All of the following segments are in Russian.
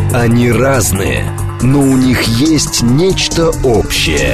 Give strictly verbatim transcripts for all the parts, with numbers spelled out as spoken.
Они разные, но у них есть нечто общее.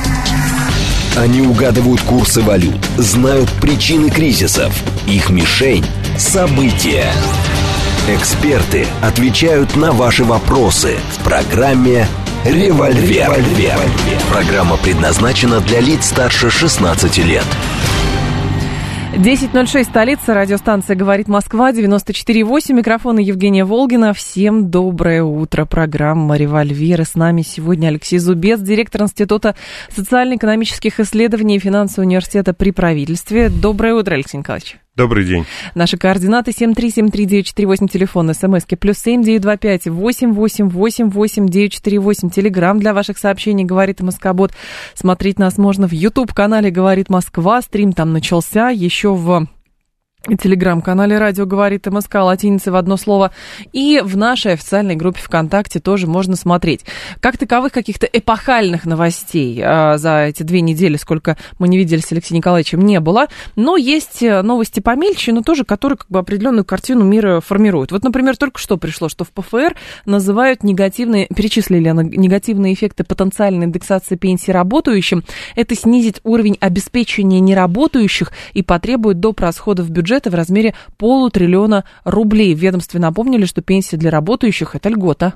Они угадывают курсы валют, знают причины кризисов. Их мишень – события. Эксперты отвечают на ваши вопросы в программе «Револьвер». «Револьвер». Программа предназначена для лиц старше шестнадцати лет. десять ноль шесть, столица, радиостанция «Говорит Москва», девяносто четыре восемь, микрофон Евгения Волгина. Всем доброе утро, программа «Револьвер». И с нами сегодня Алексей Зубец, директор Института социально-экономических исследований и финансового университета при правительстве. Доброе утро, Алексей Николаевич. Добрый день. Наши координаты семь три семь три девять четыре восемь, телефон, смски плюс семь девять два пять восемь восемь восемь восемь девять четыре восемь, телеграмм для ваших сообщений «Говорит Москобот». Смотреть нас можно в YouTube-канале «Говорит Москва», стрим там начался, еще в телеграм-канале «Радио говорит МСК», латиница в одно слово, и в нашей официальной группе ВКонтакте тоже можно смотреть. Как таковых каких-то эпохальных новостей а, за эти две недели, сколько мы не видели с Алексеем Николаевичем, не было, но есть новости помельче, но тоже, которые как бы определенную картину мира формируют. Вот, например, только что пришло, что в ПФР называют негативные, перечислили негативные эффекты потенциальной индексации пенсии работающим. Это снизит уровень обеспечения неработающих и потребует доп. Расходов в бюджет в размере полутриллиона рублей. В ведомстве напомнили, что пенсия для работающих – это льгота.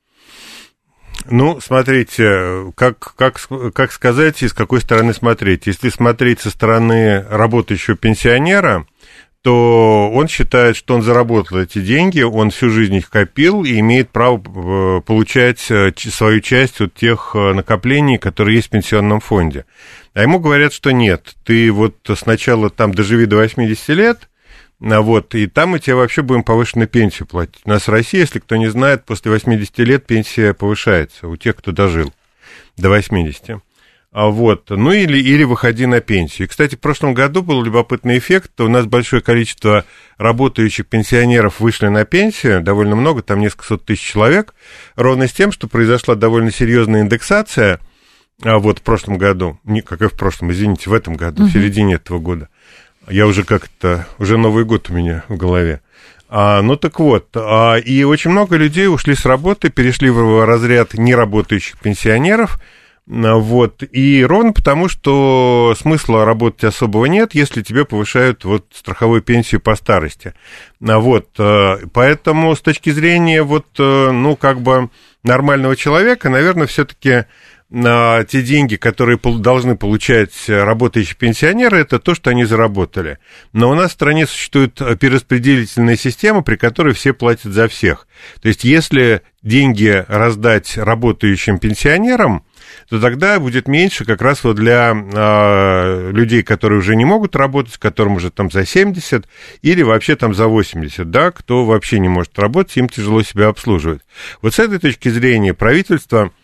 Ну, смотрите, как, как, как сказать и с какой стороны смотреть. Если смотреть со стороны работающего пенсионера, то он считает, что он заработал эти деньги, он всю жизнь их копил и имеет право получать свою часть от тех накоплений, которые есть в пенсионном фонде. А ему говорят, что нет, ты вот сначала там доживи до восьмидесяти лет, вот, и там мы тебе вообще будем повышенную пенсию платить. У нас в России, если кто не знает, после восьмидесяти лет пенсия повышается у тех, кто дожил до восьмидесяти. Вот, ну или, или выходи на пенсию. И, кстати, в прошлом году был любопытный эффект. У нас большое количество работающих пенсионеров вышли на пенсию, довольно много, там несколько сот тысяч человек, ровно с тем, что произошла довольно серьезная индексация, а вот в прошлом году, не как и в прошлом, извините, в этом году, uh-huh. в середине этого года. Я уже как-то, уже Новый год у меня в голове. А, ну так вот, а, и очень много людей ушли с работы, перешли в разряд неработающих пенсионеров. Вот, и ровно потому, что смысла работать особого нет, если тебе повышают вот страховую пенсию по старости. Вот, поэтому с точки зрения вот, ну, как бы нормального человека, наверное, все-таки те деньги, которые должны получать работающие пенсионеры, это то, что они заработали. Но у нас в стране существует перераспределительная система, при которой все платят за всех. То есть, если деньги раздать работающим пенсионерам, то тогда будет меньше как раз вот для э, людей, которые уже не могут работать, которым уже там за семьдесят или вообще там за восемьдесят, да, кто вообще не может работать, им тяжело себя обслуживать. Вот с этой точки зрения правительство,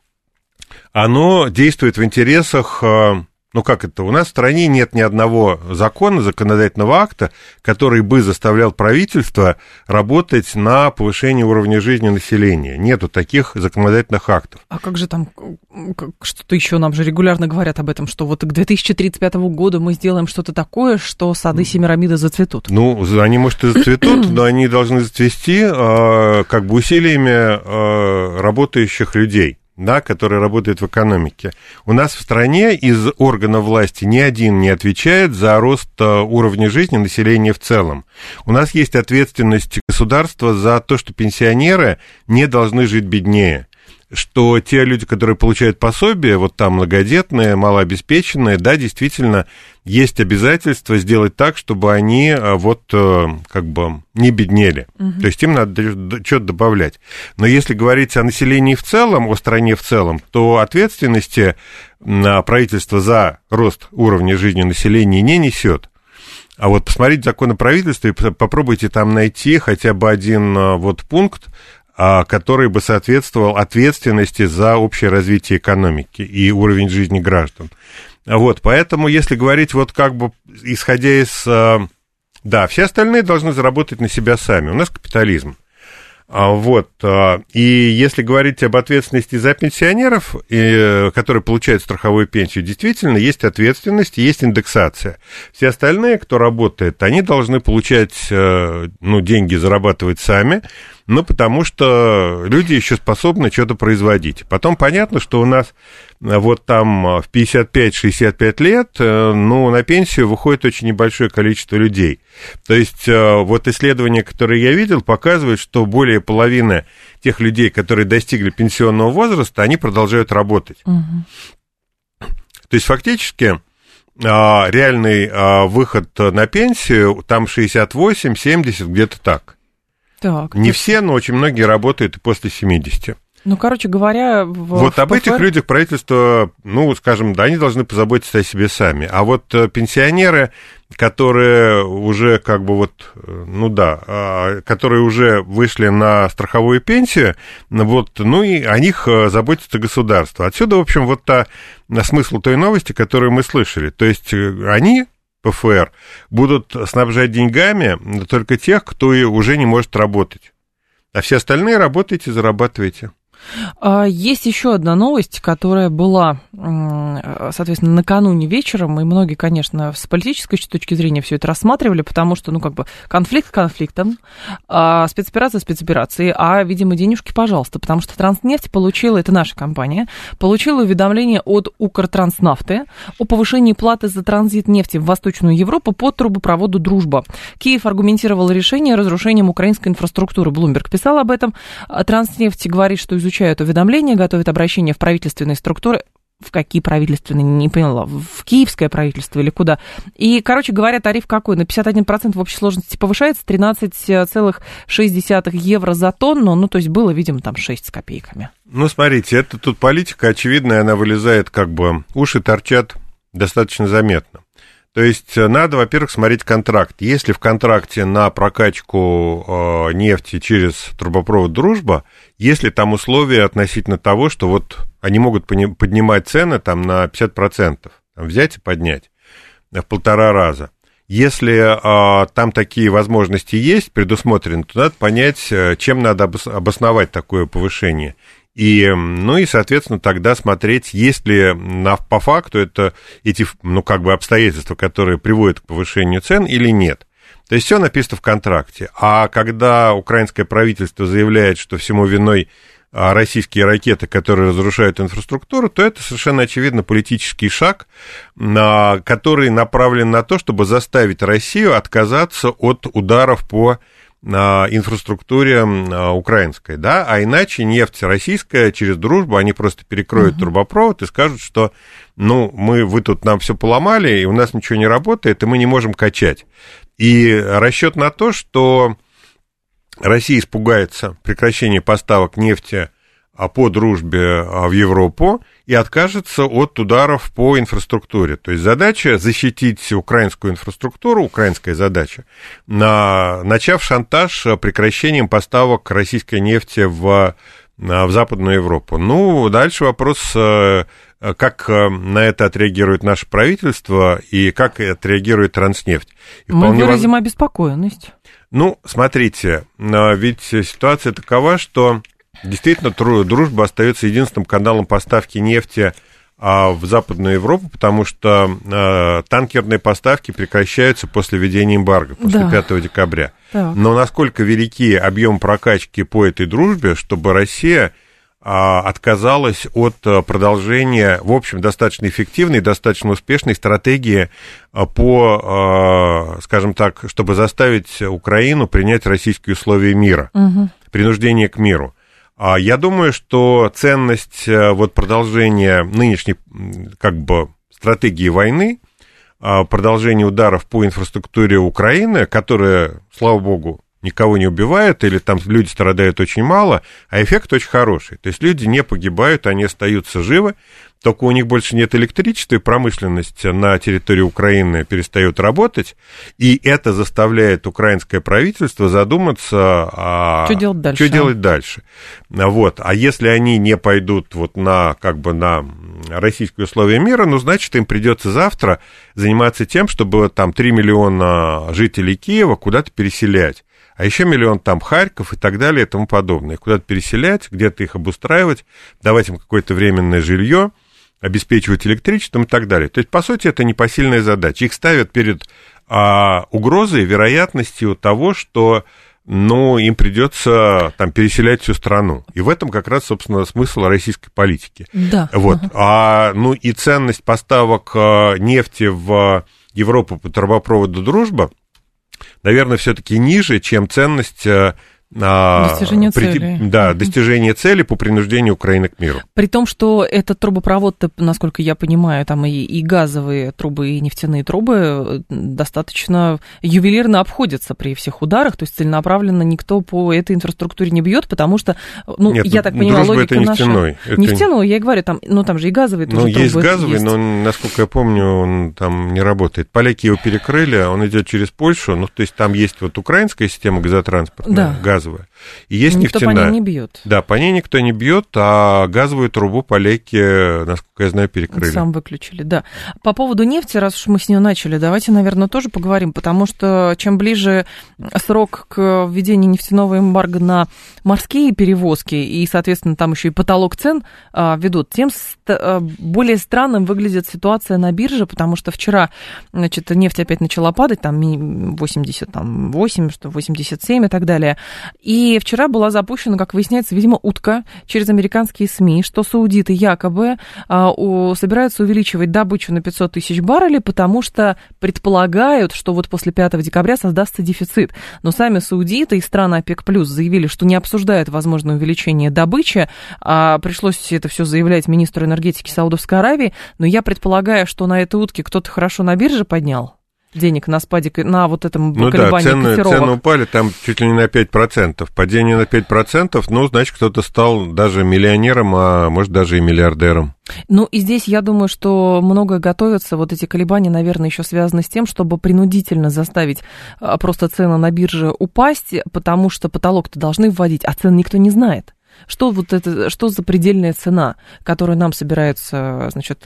оно действует в интересах, э, ну как это, у нас в стране нет ни одного закона, законодательного акта, который бы заставлял правительство работать на повышение уровня жизни населения. Нету таких законодательных актов. А как же там, что-то еще нам же регулярно говорят об этом, что вот к две тысячи тридцать пятому году мы сделаем что-то такое, что сады Семирамиды зацветут. Ну, они, может, и зацветут, но они должны зацвести э, как бы усилиями э, работающих людей, да, которые работают в экономике. У нас в стране из органов власти ни один не отвечает за рост уровня жизни населения в целом. У нас есть ответственность государства за то, что пенсионеры не должны жить беднее, что те люди, которые получают пособие, вот там многодетные, малообеспеченные, да, действительно, есть обязательство сделать так, чтобы они вот как бы не беднели. Uh-huh. То есть им надо что-то добавлять. Но если говорить о населении в целом, о стране в целом, то ответственности правительство за рост уровня жизни населения не несет. А вот посмотрите закон о правительстве, попробуйте там найти хотя бы один вот пункт, который бы соответствовал ответственности за общее развитие экономики и уровень жизни граждан. Вот, поэтому, если говорить вот как бы, исходя из... Да, все остальные должны заработать на себя сами. У нас капитализм. Вот, и если говорить об ответственности за пенсионеров, которые получают страховую пенсию, действительно есть ответственность, есть индексация. Все остальные, кто работает, они должны получать, ну, деньги зарабатывать сами, Ну, потому что люди еще способны что-то производить. Потом понятно, что у нас вот там в пятьдесят пять - шестьдесят пять лет, ну, на пенсию выходит очень небольшое количество людей. То есть вот исследования, которые я видел, показывают, что более половины тех людей, которые достигли пенсионного возраста, они продолжают работать. Угу. То есть фактически реальный выход на пенсию там шестьдесят восемь - семьдесят, где-то так. Так, не все, но очень многие работают и после семидесяти. Ну, короче говоря... В, вот в об ПФР... этих людях правительство, ну, скажем, да, они должны позаботиться о себе сами. А вот пенсионеры, которые уже как бы вот, ну да, которые уже вышли на страховую пенсию, вот, ну и о них заботится государство. Отсюда, в общем, вот та, смысл той новости, которую мы слышали. То есть они... ПФР, будут снабжать деньгами только тех, кто уже не может работать. А все остальные работаете, зарабатываете. Есть еще одна новость, которая была, соответственно, накануне вечером, и многие, конечно, с политической точки зрения все это рассматривали, потому что, ну, как бы, конфликт конфликтом, а спецоперация спецоперацией, а, видимо, денежки, пожалуйста, потому что Транснефть получила, это наша компания, получила уведомление от Укртранснафты о повышении платы за транзит нефти в Восточную Европу по трубопроводу «Дружба». Киев аргументировал решение разрушением украинской инфраструктуры. Блумберг писал об этом. Транснефть говорит, что изучает изучают уведомления, готовят обращение в правительственные структуры. В какие правительственные, не поняла, в киевское правительство или куда. И, короче говоря, тариф какой? На пятьдесят один процент в общей сложности повышается, тринадцать целых шесть десятых евро за тонну, ну, то есть было, видимо, там шесть с копейками. Ну, смотрите, это тут политика очевидная, она вылезает, как бы, уши торчат достаточно заметно. То есть надо, во-первых, смотреть контракт. Если в контракте на прокачку э, нефти через трубопровод «Дружба», если там условия относительно того, что вот они могут поднимать цены там на пятьдесят процентов, там, взять и поднять в полтора раза. Если э, там такие возможности есть, предусмотрены, то надо понять, чем надо обосновать такое повышение. И, ну и, соответственно, тогда смотреть, есть ли на, по факту это эти, ну, как бы обстоятельства, которые приводят к повышению цен или нет. То есть все написано в контракте. А когда украинское правительство заявляет, что всему виной российские ракеты, которые разрушают инфраструктуру, то это совершенно очевидно политический шаг, который направлен на то, чтобы заставить Россию отказаться от ударов по на инфраструктуре украинской, да, а иначе нефть российская через «Дружбу», они просто перекроют uh-huh. трубопровод и скажут, что, ну, мы, вы тут нам все поломали, и у нас ничего не работает, и мы не можем качать. И расчет на то, что Россия испугается прекращения поставок нефти по «Дружбе» в Европу и откажется от ударов по инфраструктуре. То есть задача защитить украинскую инфраструктуру, украинская задача, на, начав шантаж прекращением поставок российской нефти в, в Западную Европу. Ну, дальше вопрос, как на это отреагирует наше правительство и как отреагирует Транснефть. И Мы выразим воз... обеспокоенность. Ну, смотрите, ведь ситуация такова, что действительно, «Дружба» остается единственным каналом поставки нефти в Западную Европу, потому что танкерные поставки прекращаются после введения эмбарго, после да. пятого декабря. Так. Но насколько велики объем прокачки по этой «Дружбе», чтобы Россия отказалась от продолжения, в общем, достаточно эффективной, достаточно успешной стратегии по, скажем так, чтобы заставить Украину принять российские условия мира, угу. принуждение к миру. Я думаю, что ценность вот продолжения нынешней как бы стратегии войны, продолжения ударов по инфраструктуре Украины, которая, слава богу, никого не убивает, или там люди страдают очень мало, а эффект очень хороший. То есть люди не погибают, они остаются живы, только у них больше нет электричества, и промышленность на территории Украины перестает работать, и это заставляет украинское правительство задуматься, а что делать дальше. Что делать дальше. Вот. А если они не пойдут вот на, как бы на российские условия мира, ну, значит, им придется завтра заниматься тем, чтобы там три миллиона жителей Киева куда-то переселять. А еще миллион там Харьков и так далее и тому подобное. Куда-то переселять, где-то их обустраивать, давать им какое-то временное жилье, обеспечивать электричеством и так далее. То есть, по сути, это непосильная задача. Их ставят перед а, угрозой, вероятностью того, что но им придется там переселять всю страну. И в этом как раз, собственно, смысл российской политики. Да. Вот. А, ну и ценность поставок нефти в Европу по трубопроводу «Дружба», наверное, все-таки ниже, чем ценность... Достижение при, цели. Да, достижение цели по принуждению Украины к миру. При том, что этот трубопровод, насколько я понимаю, там и, и газовые трубы, и нефтяные трубы достаточно ювелирно обходятся при всех ударах, то есть целенаправленно никто по этой инфраструктуре не бьет, потому что, ну, Нет, я так понимаю, логика это наша... нефтяной. Это... Нефтяной, я и говорю, там, ну, там же и газовые тоже ну, трубы есть газовый, есть. но, насколько я помню, он там не работает. Поляки его перекрыли, он идет через Польшу, ну, то есть там есть вот украинская система газотранспортная, да. газовая, и есть никто нефтяная. Никто по ней не бьет. Да, по ней никто не бьет, а газовую трубу поляки, насколько я знаю, перекрыли. Сам выключили, да. По поводу нефти, раз уж мы с нее начали, давайте, наверное, тоже поговорим, потому что чем ближе срок к введению нефтяного эмбарго на морские перевозки, и, соответственно, там еще и потолок цен а, ведут, тем ст- более странным выглядит ситуация на бирже, потому что вчера, значит, нефть опять начала падать, там восемьдесят восемь, что восемьдесят семь и так далее. И вчера была запущена, как выясняется, видимо, утка через американские СМИ, что саудиты якобы а, у, собираются увеличивать добычу на пятьсот тысяч баррелей, потому что предполагают, что вот после пятого декабря создастся дефицит. Но сами саудиты и страны ОПЕК+ заявили, что не обсуждают возможное увеличение добычи. А пришлось это все заявлять министру энергетики Саудовской Аравии. Но я предполагаю, что на этой утке кто-то хорошо на бирже поднял денег на спаде, на вот этом ну колебании да, цены, котировок. цены упали там чуть ли не на пять процентов. Падение на пять процентов, ну, значит, кто-то стал даже миллионером, а может, даже и миллиардером. Ну, и здесь, я думаю, что многое готовится. Вот эти колебания, наверное, еще связаны с тем, чтобы принудительно заставить просто цены на бирже упасть, потому что потолок-то должны вводить, а цен никто не знает. Что вот это, что за предельная цена, которую нам собираются, значит,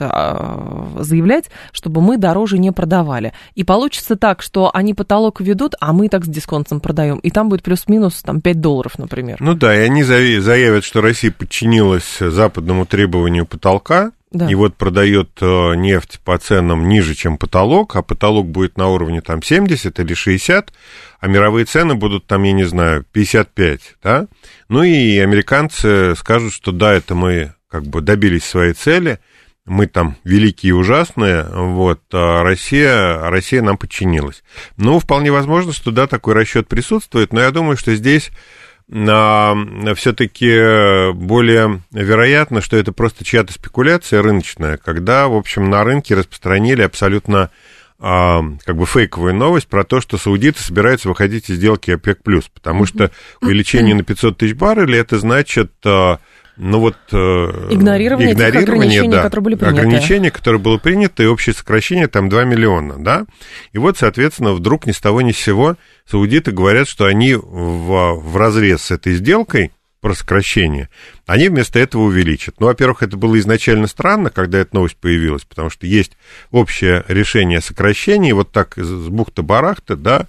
заявлять, чтобы мы дороже не продавали. И получится так, что они потолок ведут, а мы так с дисконтом продаем. И там будет плюс-минус там, пять долларов, например. Ну да, и они заявят, что Россия подчинилась западному требованию потолка. Да. И вот продает нефть по ценам ниже, чем потолок, а потолок будет на уровне там семьдесят или шестьдесят, а мировые цены будут там, я не знаю, пятьдесят пять, да? Ну и американцы скажут, что да, это мы как бы добились своей цели, мы там великие и ужасные, вот, а Россия, а Россия нам подчинилась. Ну, вполне возможно, что да, такой расчет присутствует, но я думаю, что здесь... все-таки более вероятно, что это просто чья-то спекуляция рыночная, когда, в общем, на рынке распространили абсолютно как бы фейковую новость про то, что саудиты собираются выходить из сделки ОПЕК+, потому что увеличение на пятьсот тысяч баррелей, это значит... Ну вот игнорирование, игнорирование тех ограничений, да, которые были приняты. Ограничения, которые было принято, и общее сокращение там два миллиона, да. И вот, соответственно, вдруг ни с того ни с сего саудиты говорят, что они в, в разрез с этой сделкой про сокращение, они вместо этого увеличат. Ну, во-первых, это было изначально странно, когда эта новость появилась, потому что есть общее решение о сокращении, вот так с бухты-барахты, да,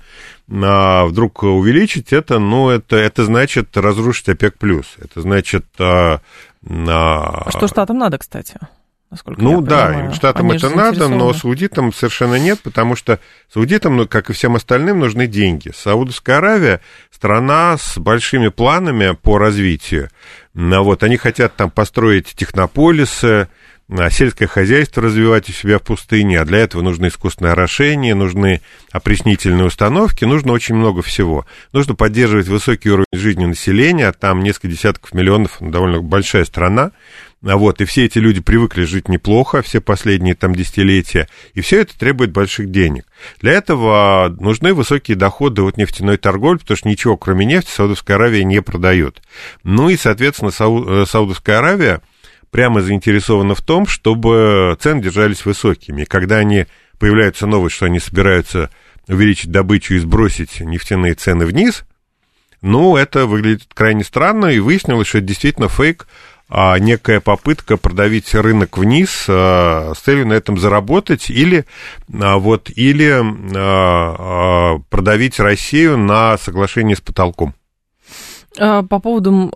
а вдруг увеличить это, ну, это, это значит разрушить ОПЕК+. Это значит... А, а... а что штатам надо, кстати? Ну да, им штатам это надо, но саудитам совершенно нет, потому что саудитам, ну, как и всем остальным, нужны деньги. Саудовская Аравия — страна с большими планами по развитию. Вот, они хотят там построить технополисы, сельское хозяйство развивать у себя в пустыне, а для этого нужно искусственное орошение, нужны опреснительные установки, нужно очень много всего. Нужно поддерживать высокий уровень жизни населения, а там несколько десятков миллионов, довольно большая страна. Вот, и все эти люди привыкли жить неплохо, все последние там десятилетия, и все это требует больших денег. Для этого нужны высокие доходы от нефтяной торговли, потому что ничего, кроме нефти, Саудовская Аравия не продает. Ну и, соответственно, Сау... Саудовская Аравия прямо заинтересована в том, чтобы цены держались высокими. И когда они, появляются новости, что они собираются увеличить добычу и сбросить нефтяные цены вниз, ну, это выглядит крайне странно, и выяснилось, что это действительно фейк, а некая попытка продавить рынок вниз а, с целью на этом заработать или, а, вот, или а, а, продавить Россию на соглашение с потолком. По поводу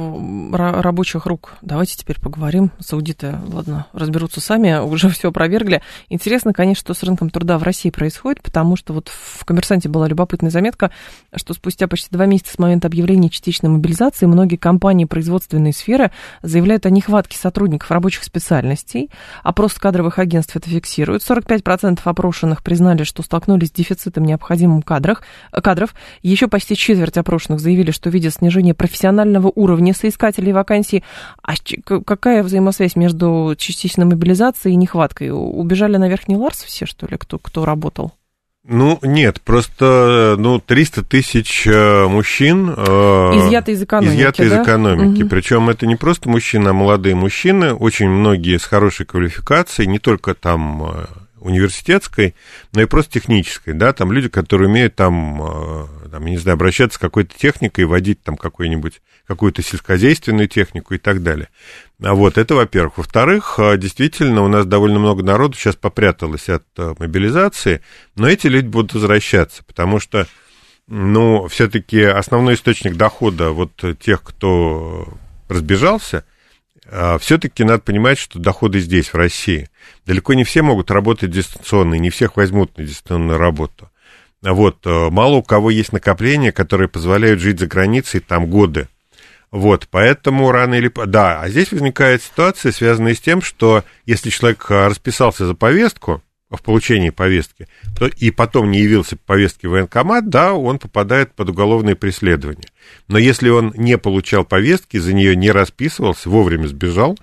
рабочих рук, давайте теперь поговорим. Саудиты, ладно, разберутся сами, уже все опровергли. Интересно, конечно, что с рынком труда в России происходит, потому что вот в «Коммерсанте» была любопытная заметка, что спустя почти два месяца с момента объявления частичной мобилизации многие компании производственной сферы заявляют о нехватке сотрудников рабочих специальностей. Опрос кадровых агентств это фиксирует. сорок пять процентов опрошенных признали, что столкнулись с дефицитом необходимых кадров. кадров. Еще почти четверть опрошенных заявили, что видят снижение профессионального уровня соискателей вакансий. А какая взаимосвязь между частичной мобилизацией и нехваткой? Убежали на Верхний Ларс все, что ли, кто, кто работал? Ну, нет, просто ну, триста тысяч мужчин... Изъяты из экономики, изъяты да? из экономики. Угу. Причем это не просто мужчины, а молодые мужчины, очень многие с хорошей квалификацией, не только там университетской, но и просто технической, да, там люди, которые умеют там, там, я не знаю, обращаться с какой-то техникой, водить там какую-нибудь, какую-то сельскохозяйственную технику и так далее. А вот, это во-первых. Во-вторых, действительно, у нас довольно много народу сейчас попряталось от мобилизации, но эти люди будут возвращаться, потому что, ну, все-таки основной источник дохода вот тех, кто разбежался, все-таки надо понимать, что доходы здесь, в России. Далеко не все могут работать дистанционно, и не всех возьмут на дистанционную работу. Вот, мало у кого есть накопления, которые позволяют жить за границей там годы. Вот, поэтому рано или поздно... Да, а здесь возникает ситуация, связанная с тем, что если человек расписался за повестку, в получении повестки, то и потом не явился по повестке в военкомат, да, он попадает под уголовное преследование. Но если он не получал повестки, за нее не расписывался, вовремя сбежал,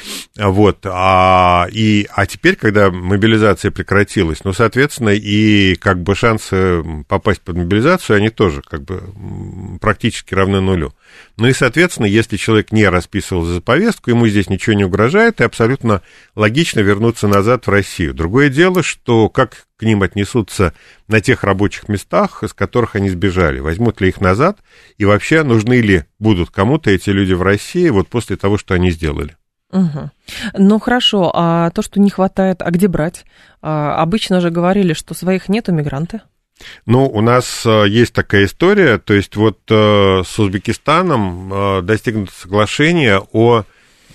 вот, а, и, а теперь, когда мобилизация прекратилась, ну, соответственно, и как бы шансы попасть под мобилизацию, они тоже как бы практически равны нулю. Ну и, соответственно, если человек не расписывался за повестку, ему здесь ничего не угрожает, и абсолютно логично вернуться назад в Россию. Другое дело, что как к ним отнесутся на тех рабочих местах, из которых они сбежали, возьмут ли их назад, и вообще нужны ли будут кому-то эти люди в России вот после того, что они сделали. Угу. Ну, хорошо, а то, что не хватает, а где брать? А, обычно же говорили, что своих нету, мигранты. Ну, у нас есть такая история, то есть вот с Узбекистаном достигнуто соглашение о,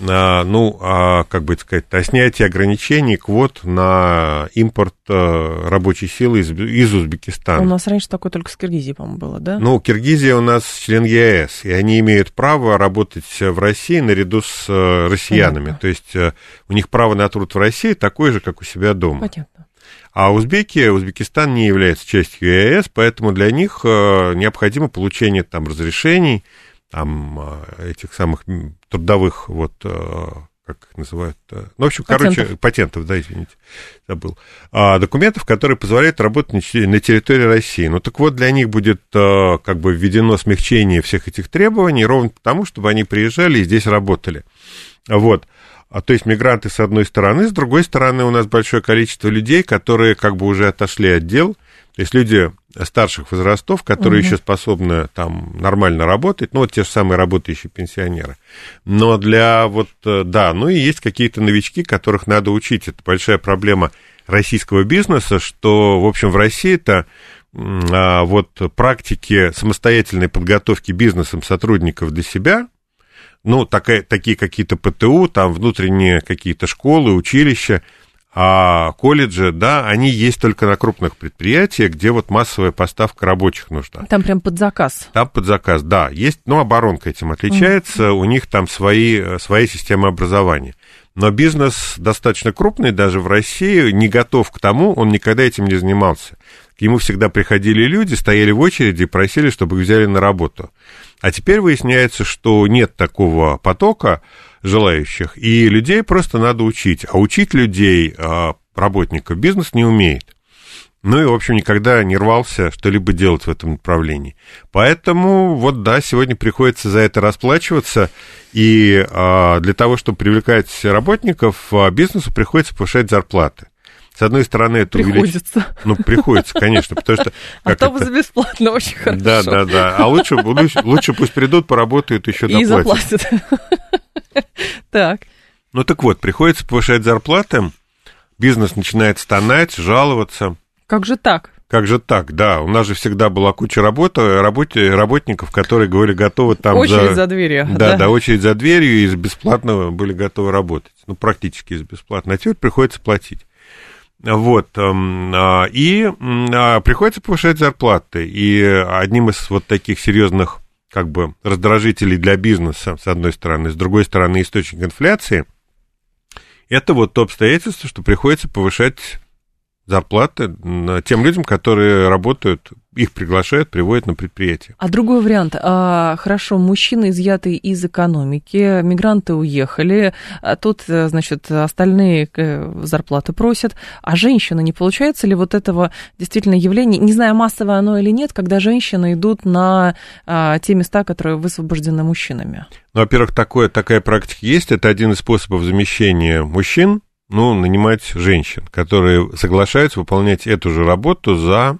ну, как бы сказать, о снятии ограничений, квот на импорт рабочей силы из, из Узбекистана. У нас раньше такое только с Киргизией, по-моему, было, да? Ну, Киргизия у нас член ЕАЭС, и они имеют право работать в России наряду с россиянами. Понятно. То есть у них право на труд в России такое же, как у себя дома. Понятно. А узбеки, Узбекистан не является частью ЕАЭС, поэтому для них необходимо получение там разрешений, там этих самых трудовых, вот, как их называют, ну, в общем, патентов. короче, патентов, да, извините, забыл, документов, которые позволяют работать на территории России. Ну, так вот, для них будет как бы введено смягчение всех этих требований, ровно потому, чтобы они приезжали и здесь работали. Вот. А, то есть мигранты с одной стороны, с другой стороны у нас большое количество людей, которые как бы уже отошли от дел, то есть люди старших возрастов, которые угу. еще способны там нормально работать, ну вот те же самые работающие пенсионеры. Но для вот, да, ну и есть какие-то новички, которых надо учить. Это большая проблема российского бизнеса, что, в общем, в России-то а, вот практики самостоятельной подготовки бизнесом сотрудников для себя, ну, такая, такие какие-то ПТУ, там внутренние какие-то школы, училища, а колледжи, да, они есть только на крупных предприятиях, где вот массовая поставка рабочих нужна. Там прям под заказ. Там под заказ, да. Есть, ну, оборонка этим отличается, mm-hmm. у них там свои, свои системы образования. Но бизнес достаточно крупный, даже в России, не готов к тому, он никогда этим не занимался. К нему всегда приходили люди, стояли в очереди и просили, чтобы их взяли на работу. А теперь выясняется, что нет такого потока желающих, и людей просто надо учить. А учить людей, работников, бизнес не умеет. Ну и, в общем, никогда не рвался что-либо делать в этом направлении. Поэтому, вот да, сегодня приходится за это расплачиваться, и для того, чтобы привлекать работников, бизнесу приходится повышать зарплаты. С одной стороны, это приходится. Увелич... Ну, приходится, конечно, потому что... Автобус это... бесплатно, очень хорошо. Да, да, да. А лучше, лучше, лучше пусть придут, поработают, еще доплатят. И заплатят. Так. Ну, так вот, приходится повышать зарплаты, бизнес начинает стонать, жаловаться. Как же так? Как же так? Да, у нас же всегда была куча работы, работе, работников, которые были готовы там... Очередь за, за дверью. Да, да, да, очередь за дверью, и из бесплатного были готовы работать. Ну, практически из бесплатного. А теперь приходится платить. Вот. И приходится повышать зарплаты. И одним из вот таких серьезных, как бы, раздражителей для бизнеса, с одной стороны, с другой стороны, источник инфляции, это вот то обстоятельство, что приходится повышать зарплаты тем людям, которые работают, их приглашают, приводят на предприятие. А другой вариант. А, хорошо, мужчины изъяты из экономики, мигранты уехали, а тут, значит, остальные зарплаты просят, а женщины, не получается ли вот этого действительно явления, не знаю, массовое оно или нет, когда женщины идут на а, те места, которые высвобождены мужчинами? Ну, во-первых, такое, такая практика есть, это один из способов замещения мужчин. Ну, нанимать женщин, которые соглашаются выполнять эту же работу за,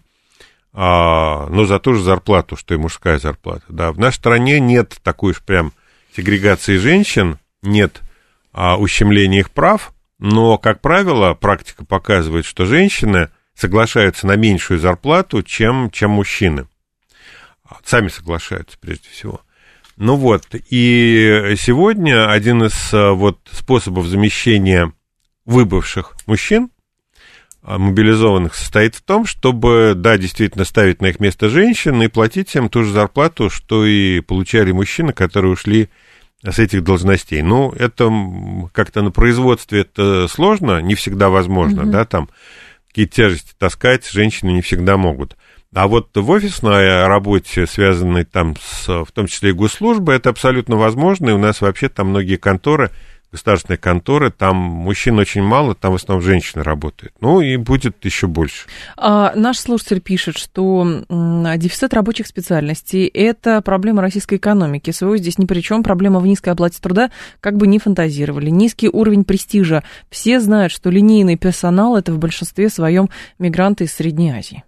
а, ну, за ту же зарплату, что и мужская зарплата. Да. В нашей стране нет такой уж прям сегрегации женщин, нет а, ущемления их прав, но, как правило, практика показывает, что женщины соглашаются на меньшую зарплату, чем, чем мужчины. Сами соглашаются, прежде всего. Ну вот, и сегодня один из вот, способов замещения выбывших мужчин, мобилизованных, состоит в том, чтобы, да, действительно ставить на их место женщин и платить им ту же зарплату, что и получали мужчины, которые ушли с этих должностей. Ну, это как-то на производстве это сложно, не всегда возможно, mm-hmm. да, там какие-то тяжести таскать женщины не всегда могут. А вот в офисной работе, связанной там с, в том числе и госслужбой, это абсолютно возможно, и у нас вообще там многие конторы, государственные конторы, там мужчин очень мало, там в основном женщины работают. Ну, и будет еще больше. А, наш слушатель пишет, что м, дефицит рабочих специальностей – это проблема российской экономики. СВО здесь ни при чем, проблема в низкой оплате труда, как бы не фантазировали. Низкий уровень престижа. Все знают, что линейный персонал – это в большинстве своем мигранты из Средней Азии.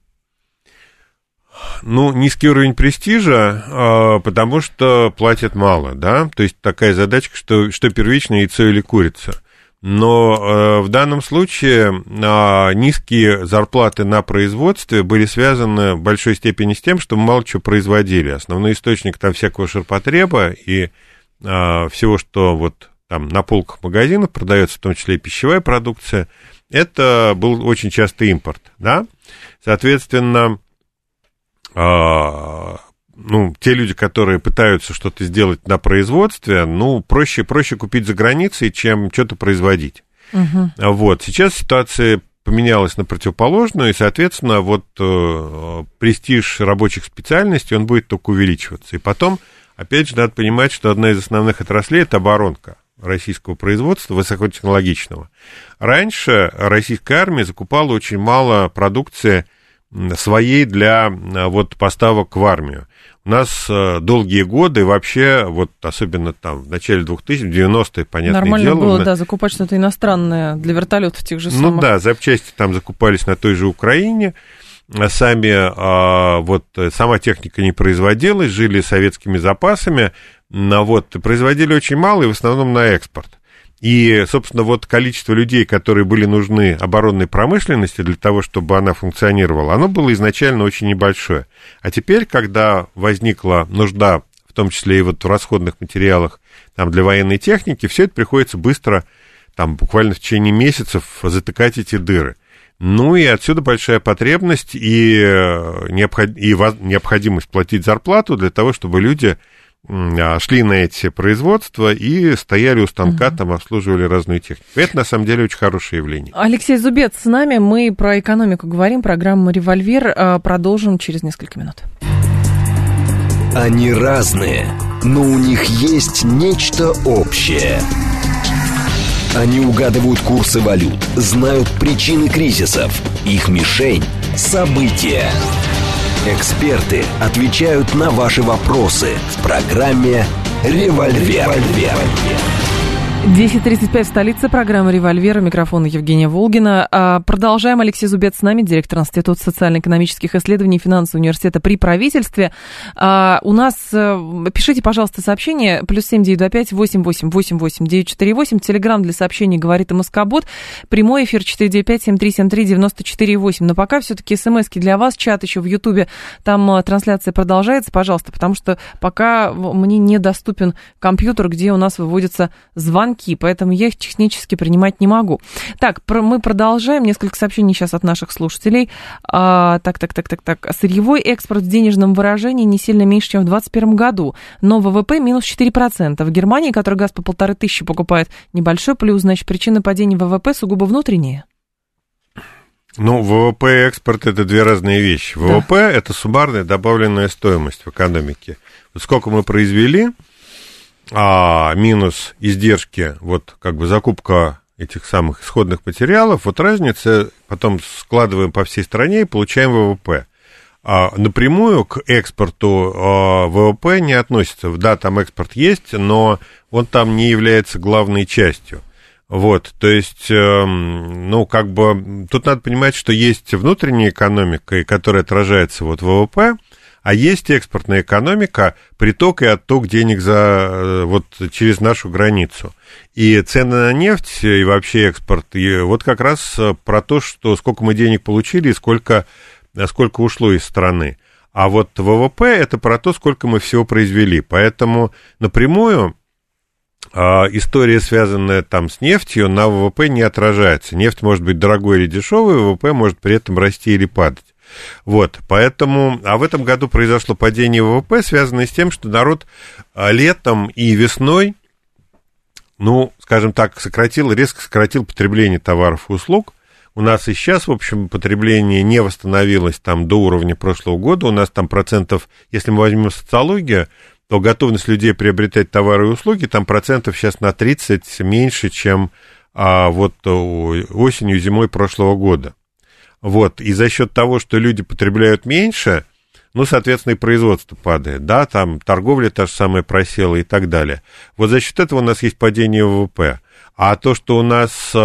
Ну, низкий уровень престижа, потому что платят мало, да, то есть такая задачка, что, что первично, яйцо или курица. Но в данном случае низкие зарплаты на производстве были связаны в большой степени с тем, что мы мало чего производили. Основной источник там всякого ширпотреба и всего, что вот там на полках магазинов продается, в том числе и пищевая продукция, это был очень часто импорт, да, соответственно... ну, те люди, которые пытаются что-то сделать на производстве, ну, проще, проще купить за границей, чем что-то производить. Uh-huh. Вот, сейчас ситуация поменялась на противоположную, и, соответственно, вот э, престиж рабочих специальностей, он будет только увеличиваться. И потом, опять же, надо понимать, что одна из основных отраслей – это оборонка российского производства, высокотехнологичного. Раньше российская армия закупала очень мало продукции своей для вот, поставок в армию. У нас долгие годы вообще, вот особенно там в начале двухтысячных, девяностые, понятное Нормально дело... Нормально было, да, закупать что-то иностранное для вертолетов тех же самых. Ну да, запчасти там закупались на той же Украине, сами, вот, сама техника не производилась, жили советскими запасами, вот, производили очень мало и в основном на экспорт. И, собственно, вот количество людей, которые были нужны оборонной промышленности для того, чтобы она функционировала, оно было изначально очень небольшое. А теперь, когда возникла нужда, в том числе и вот в расходных материалах там, для военной техники, все это приходится быстро, там, буквально в течение месяцев затыкать эти дыры. Ну и отсюда большая потребность и, необход... и необходимость платить зарплату для того, чтобы люди... шли на эти производства и стояли у станка, uh-huh. там обслуживали разную технику. Это, на самом деле, очень хорошее явление. Алексей Зубец с нами. Мы про экономику говорим. Программа «Револьвер». Продолжим через несколько минут. Они разные, но у них есть нечто общее. Они угадывают курсы валют, знают причины кризисов. Их мишень – события. Эксперты отвечают на ваши вопросы в программе «Револьвер». десять тридцать пять в столице, программа «Револьвер», микрофон Евгения Волгина. Продолжаем. Алексей Зубец с нами, директор Института социально-экономических исследований и финансового университета при правительстве. У нас, пишите, пожалуйста, сообщение, плюс семь девять два пять восемь восемь восемь восемь девять четыре восемь, телеграмм для сообщений «Говорит МСК-бот», прямой эфир четыре девять пять семь три семь три девять четыре восемь. Но пока все-таки смски для вас, чат еще в Ютубе, там трансляция продолжается, пожалуйста, потому что пока мне недоступен компьютер, где у нас выводятся звонки, поэтому я их технически принимать не могу. Так, про, мы продолжаем. Несколько сообщений сейчас от наших слушателей. А, так, так, так, так, так. Сырьевой экспорт в денежном выражении не сильно меньше, чем в двадцать первом году, но ВВП минус четыре процента. В Германии, который газ по полторы тысячи покупает, небольшой плюс, значит, причина падения ВВП сугубо внутренняя. Ну, ВВП и экспорт – это две разные вещи. ВВП да. – это суммарная добавленная стоимость в экономике. Вот сколько мы произвели, а минус издержки, вот как бы закупка этих самых исходных материалов, вот разница, потом складываем по всей стране и получаем ВВП. А напрямую к экспорту а, ВВП не относится. Да, там экспорт есть, но он там не является главной частью. Вот, то есть, э, ну, как бы, тут надо понимать, что есть внутренняя экономика, которая отражается вот в ВВП, а есть экспортная экономика, приток и отток денег за, вот, через нашу границу. И цены на нефть и вообще экспорт, и вот как раз про то, что сколько мы денег получили и сколько, сколько ушло из страны. А вот ВВП – это про то, сколько мы всего произвели. Поэтому напрямую история, связанная там с нефтью, на ВВП не отражается. Нефть может быть дорогой или дешевой, ВВП может при этом расти или падать. Вот, поэтому, а в этом году произошло падение ВВП, связанное с тем, что народ летом и весной, ну, скажем так, сократил, резко сократил потребление товаров и услуг. У нас и сейчас, в общем, потребление не восстановилось там до уровня прошлого года. У нас там процентов, если мы возьмем социологию, то готовность людей приобретать товары и услуги там процентов сейчас на тридцать меньше, чем а, вот осенью, зимой прошлого года. Вот, и за счет того, что люди потребляют меньше, ну, соответственно, и производство падает, да, там торговля та же самая просела и так далее. Вот за счет этого у нас есть падение ВВП. А то, что у нас э,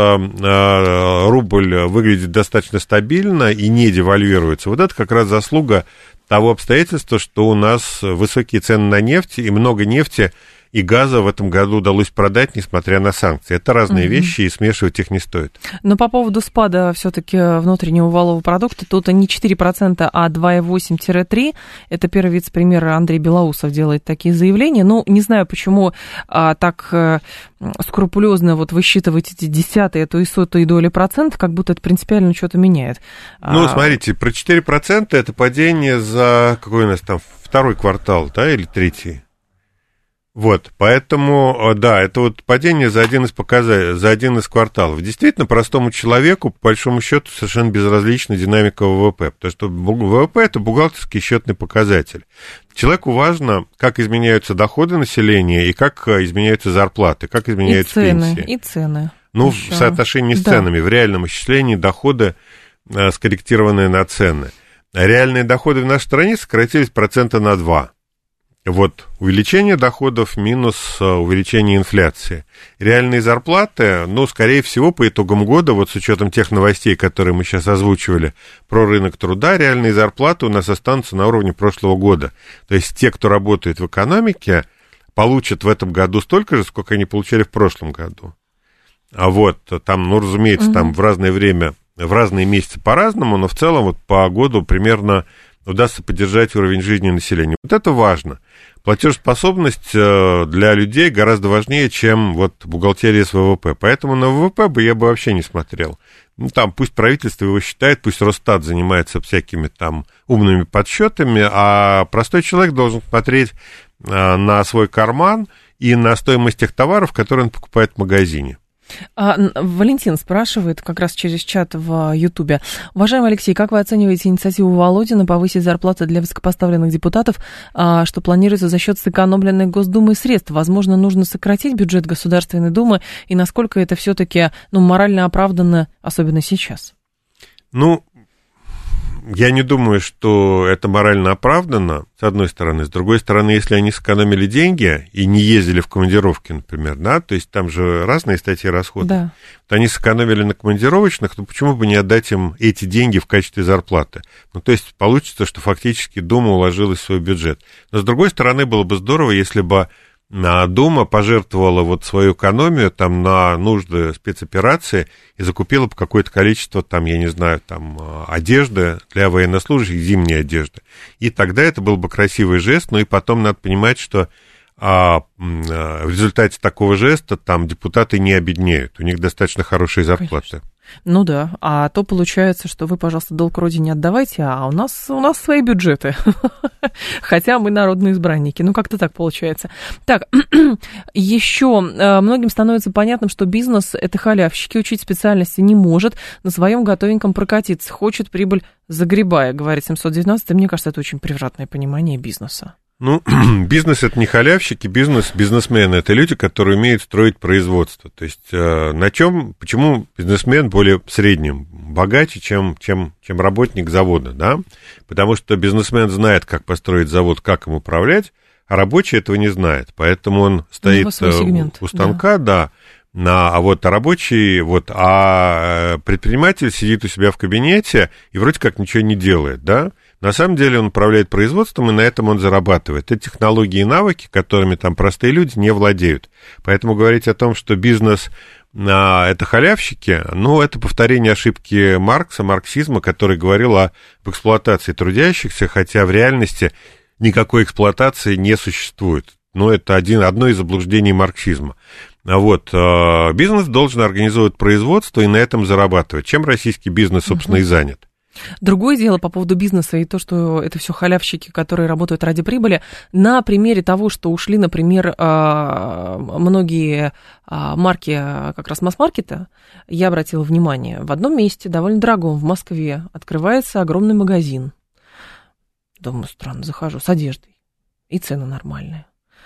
э, рубль выглядит достаточно стабильно и не девальвируется, вот это как раз заслуга того обстоятельства, что у нас высокие цены на нефть и много нефти и газа в этом году удалось продать, несмотря на санкции. Это разные mm-hmm. вещи, и смешивать их не стоит. Но по поводу спада все-таки внутреннего валового продукта, тут не четыре процента, а два целых восемь - три процента. Это первый вице-премьер Андрей Белоусов делает такие заявления. Ну, не знаю, почему а, так а, скрупулезно вот высчитывать эти десятые, а то и сотые доли процента, как будто это принципиально что-то меняет. Ну, а... смотрите, про четыре процента это падение за какой у нас там второй квартал, да, или третий? Вот, поэтому, да, это вот падение за один из показателей, за один из кварталов. Действительно, простому человеку, по большому счету, совершенно безразлична динамика ВВП, потому что ВВП – это бухгалтерский счетный показатель. Человеку важно, как изменяются доходы населения и как изменяются зарплаты, как изменяются и цены, пенсии. И цены. Ну, еще. В соотношении с да. ценами, в реальном исчислении доходы, скорректированные на цены. Реальные доходы в нашей стране сократились процента на два. Вот увеличение доходов минус увеличение инфляции. Реальные зарплаты, ну, скорее всего, по итогам года, вот с учетом тех новостей, которые мы сейчас озвучивали про рынок труда, реальные зарплаты у нас останутся на уровне прошлого года. То есть те, кто работает в экономике, получат в этом году столько же, сколько они получали в прошлом году. А вот там, ну, разумеется, угу. там в разное время, в разные месяцы по-разному, но в целом вот по году примерно удастся поддержать уровень жизни населения. Вот это важно. Платежеспособность для людей гораздо важнее, чем вот бухгалтерия с ВВП. Поэтому на ВВП бы я бы вообще не смотрел. Ну, там пусть правительство его считает, пусть Росстат занимается всякими там умными подсчетами, а простой человек должен смотреть на свой карман и на стоимость тех товаров, которые он покупает в магазине. А, Валентин спрашивает как раз через чат в Ютубе. Уважаемый Алексей, как вы оцениваете инициативу Володина повысить зарплаты для высокопоставленных депутатов, а, что планируется за счет сэкономленных Госдумой средств? Возможно, нужно сократить бюджет Государственной Думы, и насколько это все-таки ну, морально оправданно, особенно сейчас? Ну, я не думаю, что это морально оправдано, с одной стороны. С другой стороны, если они сэкономили деньги и не ездили в командировки, например, да, то есть там же разные статьи расходов. Да. Вот они сэкономили на командировочных, то почему бы не отдать им эти деньги в качестве зарплаты? Ну, то есть получится, что фактически Дума уложилась в свой бюджет. Но, с другой стороны, было бы здорово, если бы Дума пожертвовала вот свою экономию там на нужды спецоперации и закупила бы какое-то количество, там, я не знаю, там, одежды для военнослужащих, зимней одежды. И тогда это был бы красивый жест, но и потом надо понимать, что а, в результате такого жеста там депутаты не обеднеют, у них достаточно хорошие зарплаты. Конечно. Ну да, а то получается, что вы, пожалуйста, долг родине не отдавайте, а у нас, у нас свои бюджеты, хотя мы народные избранники, ну как-то так получается. Так, еще многим становится понятным, что бизнес – это халявщики, учить специальности не может, на своем готовеньком прокатиться, хочет прибыль загребая, говорит семьсот девятнадцать, и мне кажется, это очень превратное понимание бизнеса. Ну, бизнес – это не халявщики, бизнес, бизнесмены – это люди, которые умеют строить производство. То есть э, на чем, почему бизнесмен более в среднем богаче, чем, чем, чем работник завода, да? Потому что бизнесмен знает, как построить завод, как им управлять, а рабочий этого не знает. Поэтому он стоит сегмент, у станка, да, да на, а вот а рабочий, вот, а предприниматель сидит у себя в кабинете и вроде как ничего не делает, да? На самом деле он управляет производством, и на этом он зарабатывает. Это технологии и навыки, которыми там простые люди не владеют. Поэтому говорить о том, что бизнес а, это халявщики, ну, это повторение ошибки Маркса, марксизма, который говорил о эксплуатации трудящихся, хотя в реальности никакой эксплуатации не существует. Ну, это один, одно из заблуждений марксизма. Вот, а, бизнес должен организовывать производство и на этом зарабатывать. Чем российский бизнес, собственно, uh-huh. и занят. Другое дело по поводу бизнеса и то, что это все халявщики, которые работают ради прибыли. На примере того, что ушли, например, многие марки как раз масс-маркета, я обратила внимание, в одном месте, довольно дорогом, в Москве, открывается огромный магазин. Думаю, странно, захожу с одеждой, и цены нормальные.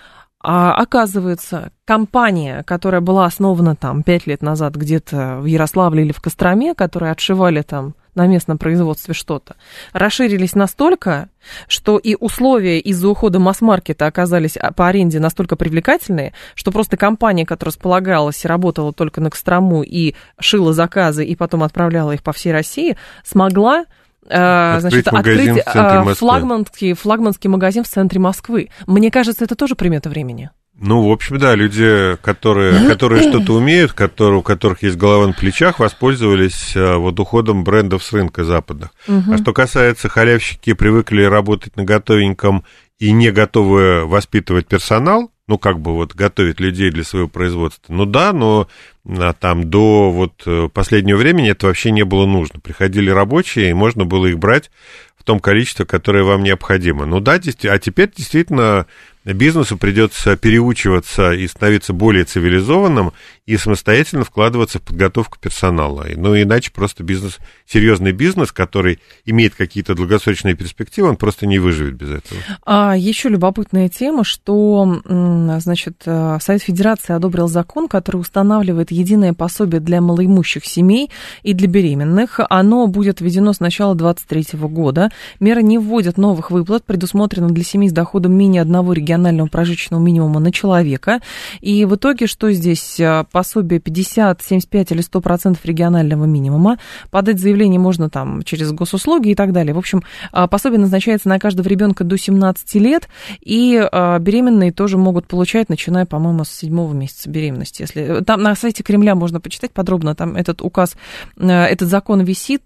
А оказывается, компания, которая была основана там пять лет назад где-то в Ярославле или в Костроме, которые отшивали там на местном производстве что-то, расширились настолько, что и условия из-за ухода масс-маркета оказались по аренде настолько привлекательные, что просто компания, которая располагалась и работала только на Кострому и шила заказы и потом отправляла их по всей России, смогла Значит, открыть флагманский, флагманский магазин в центре Москвы. Мне кажется, это тоже примета времени. Ну, в общем, да, люди, которые, которые что-то умеют, которые, у которых есть голова на плечах, воспользовались вот уходом брендов с рынка западных. Угу. А что касается халявщики, привыкли работать на готовеньком и не готовы воспитывать персонал, ну, как бы вот готовить людей для своего производства. Ну да, но там до вот последнего времени это вообще не было нужно. Приходили рабочие, и можно было их брать в том количестве, которое вам необходимо. Ну да, а теперь действительно бизнесу придется переучиваться и становиться более цивилизованным и самостоятельно вкладываться в подготовку персонала. Ну, иначе просто бизнес, серьезный бизнес, который имеет какие-то долгосрочные перспективы, он просто не выживет без этого. А еще любопытная тема, что, значит, Совет Федерации одобрил закон, который устанавливает единое пособие для малоимущих семей и для беременных. Оно будет введено с начала двадцать третьего года. Меры не вводят новых выплат, предусмотрено для семей с доходом менее одного регионального прожиточного минимума на человека. И в итоге, что здесь? Пособие пятьдесят, семьдесят пять или сто процентов регионального минимума. Подать заявление можно там через госуслуги и так далее. В общем, пособие назначается на каждого ребенка до семнадцати лет, и беременные тоже могут получать, начиная, по-моему, с седьмого месяца беременности. Если там на сайте Кремля можно почитать подробно, там этот указ, этот закон висит,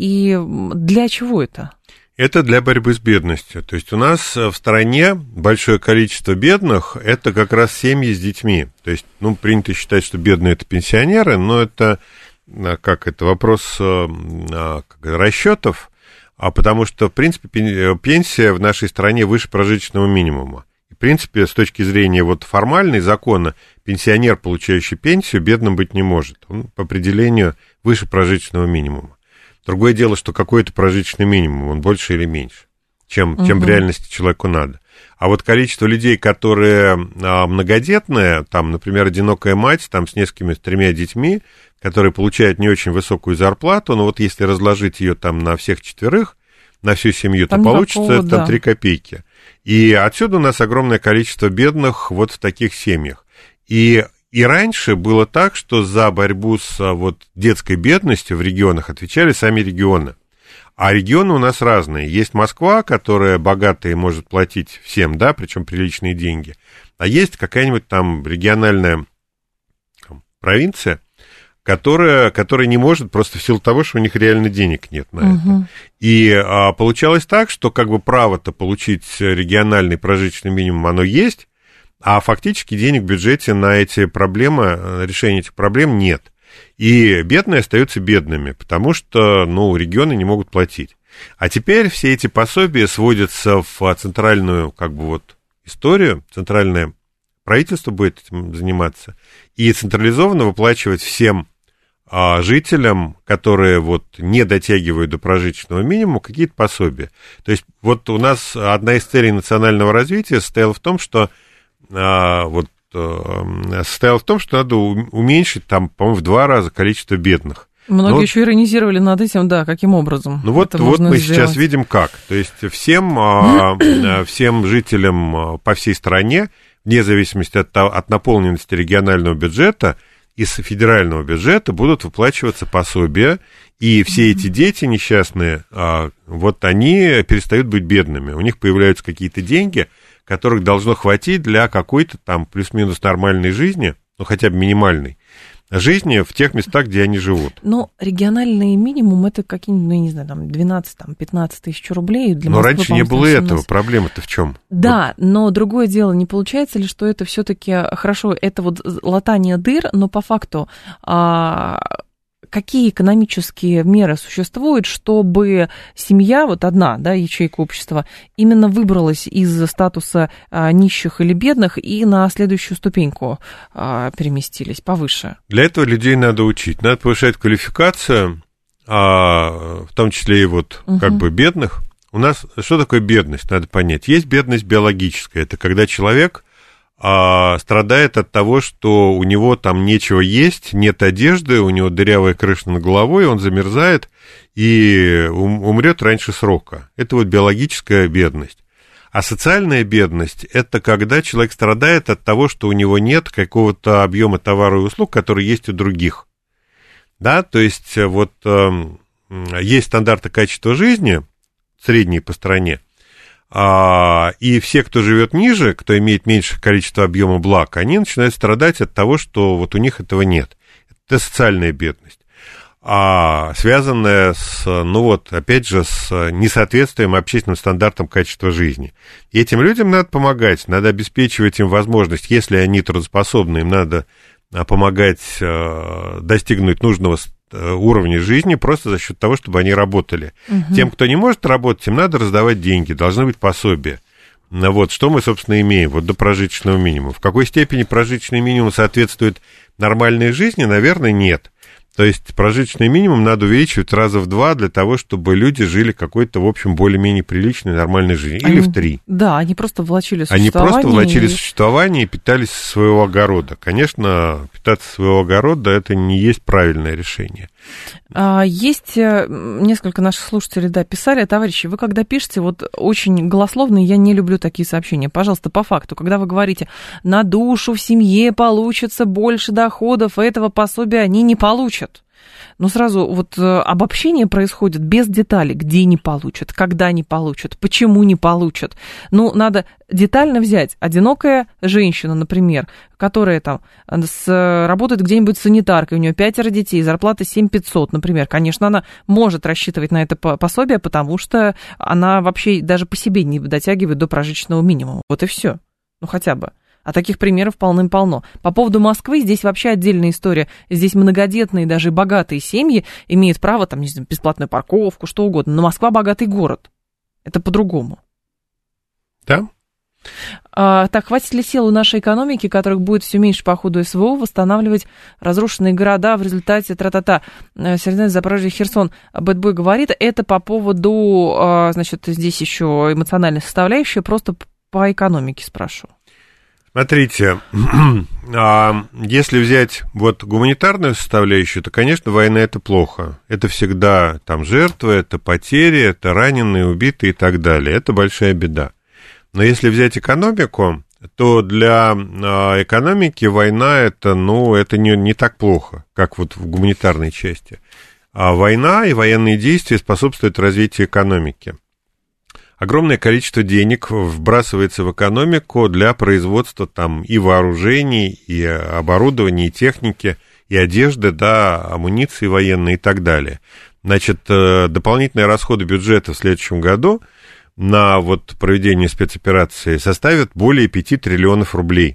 и для чего это? Это для борьбы с бедностью. То есть у нас в стране большое количество бедных – это как раз семьи с детьми. То есть, ну, принято считать, что бедные – это пенсионеры, но это, как это, вопрос расчетов, а потому что, в принципе, пенсия в нашей стране выше прожиточного минимума. И, в принципе, с точки зрения вот формальной закона, пенсионер, получающий пенсию, бедным быть не может. Он по определению выше прожиточного минимума. Другое дело, что какой-то прожиточный минимум, он больше или меньше, чем, угу. чем в реальности человеку надо. А вот количество людей, которые а, многодетные, там, например, одинокая мать, там, с несколькими, с тремя детьми, которые получают не очень высокую зарплату, но вот если разложить ее там на всех четверых, на всю семью, там то получится никакого, это там да. три копейки. И отсюда у нас огромное количество бедных вот в таких семьях. И, и раньше было так, что за борьбу с вот, детской бедностью в регионах отвечали сами регионы. А регионы у нас разные. Есть Москва, которая богатая и может платить всем, да, причем приличные деньги. А есть какая-нибудь там региональная там, провинция, которая, которая не может просто в силу того, что у них реально денег нет на это. Угу. И а, получалось так, что как бы право-то получить региональный прожиточный минимум, оно есть, а фактически денег в бюджете на эти проблемы, решение этих проблем нет. И бедные остаются бедными, потому что, ну, регионы не могут платить. А теперь все эти пособия сводятся в центральную, как бы вот, историю, центральное правительство будет этим заниматься, и централизованно выплачивать всем а, жителям, которые вот не дотягивают до прожиточного минимума, какие-то пособия. То есть вот у нас одна из целей национального развития состояла в том, что а, вот состояла в том, что надо уменьшить там, по-моему, в два раза количество бедных. Многие Но еще иронизировали над этим, да, каким образом. Ну вот, вот мы сделать. Сейчас видим как. То есть всем, всем жителям по всей стране, вне зависимости от, от наполненности регионального бюджета, из федерального бюджета будут выплачиваться пособия, и все эти дети несчастные, вот они перестают быть бедными. У них появляются какие-то деньги, которых должно хватить для какой-то там плюс-минус нормальной жизни, ну хотя бы минимальной жизни в тех местах, где они живут. Но региональный минимум это какие-нибудь, ну, я не знаю, там двенадцать-пятнадцать тысяч рублей. Для но Москвы, раньше не было семнадцать этого, проблема-то в чем? Да, вот. Но другое дело, не получается ли, что это все-таки хорошо, это вот латание дыр, но по факту... А... Какие экономические меры существуют, чтобы семья, вот одна, да, ячейка общества, именно выбралась из статуса а, нищих или бедных и на следующую ступеньку а, переместились повыше? Для этого людей надо учить, надо повышать квалификацию, а, в том числе и вот угу. как бы бедных. У нас что такое бедность, надо понять. Есть бедность биологическая, это когда человек... А, страдает от того, что у него там нечего есть, нет одежды, у него дырявая крыша над головой, он замерзает и умрет раньше срока. Это вот биологическая бедность. А социальная бедность – это когда человек страдает от того, что у него нет какого-то объема товаров и услуг, которые есть у других. Да, то есть вот э, есть стандарты качества жизни, средние по стране, А, и все, кто живет ниже, кто имеет меньшее количество объема благ, они начинают страдать от того, что вот у них этого нет. Это социальная бедность, а, связанная с, ну вот, опять же, с несоответствием общественным стандартам качества жизни. И этим людям надо помогать, надо обеспечивать им возможность, если они трудоспособны, им надо помогать а, достигнуть нужного уровня жизни просто за счет того, чтобы они работали. Угу. Тем, кто не может работать, им надо раздавать деньги, должны быть пособия. Вот, что мы, собственно, имеем вот до прожиточного минимума. В какой степени прожиточный минимум соответствует нормальной жизни, наверное, нет. То есть прожиточный минимум надо увеличивать раза в два для того, чтобы люди жили какой-то, в общем, более-менее приличной, нормальной жизнью. Или они, в три. Да, они просто влачили существование. Они просто влачили и... существование и питались со своего огорода. Конечно, питаться со своего огорода – это не есть правильное решение. Есть несколько наших слушателей, да, писали: товарищи, вы когда пишете, вот очень голословно, я не люблю такие сообщения. Пожалуйста, по факту, когда вы говорите, на душу в семье получится больше доходов, этого пособия они не получат. Но сразу вот обобщение происходит без деталей, где не получат, когда не получат, почему не получат. Ну, надо детально взять. Одинокая женщина, например, которая там с, работает где-нибудь санитаркой, у нее пятеро детей, зарплата семь тысяч пятьсот, например. Конечно, она может рассчитывать на это пособие, потому что она вообще даже по себе не дотягивает до прожиточного минимума. Вот и все. Ну, хотя бы. А таких примеров полным-полно. По поводу Москвы здесь вообще отдельная история. Здесь многодетные, даже богатые семьи имеют право, там, не знаю, бесплатную парковку, что угодно. Но Москва богатый город. Это по-другому. Да. А, так, хватит ли сил у нашей экономики, которых будет все меньше по ходу СВО, восстанавливать разрушенные города в результате тра-та-та? Северное Запорожье, Херсон. Бэтбой говорит, это по поводу, значит, здесь еще эмоциональная составляющая, просто по экономике спрашиваю. Смотрите, если взять вот гуманитарную составляющую, то, конечно, война – это плохо. Это всегда там жертвы, это потери, это раненые, убитые и так далее. Это большая беда. Но если взять экономику, то для экономики война – это, ну, это не, не так плохо, как вот в гуманитарной части. А война и военные действия способствуют развитию экономики. Огромное количество денег вбрасывается в экономику для производства там и вооружений, и оборудования, и техники, и одежды, да, амуниции военной и так далее. Значит, дополнительные расходы бюджета в следующем году на вот проведение спецоперации составят более пяти триллионов рублей.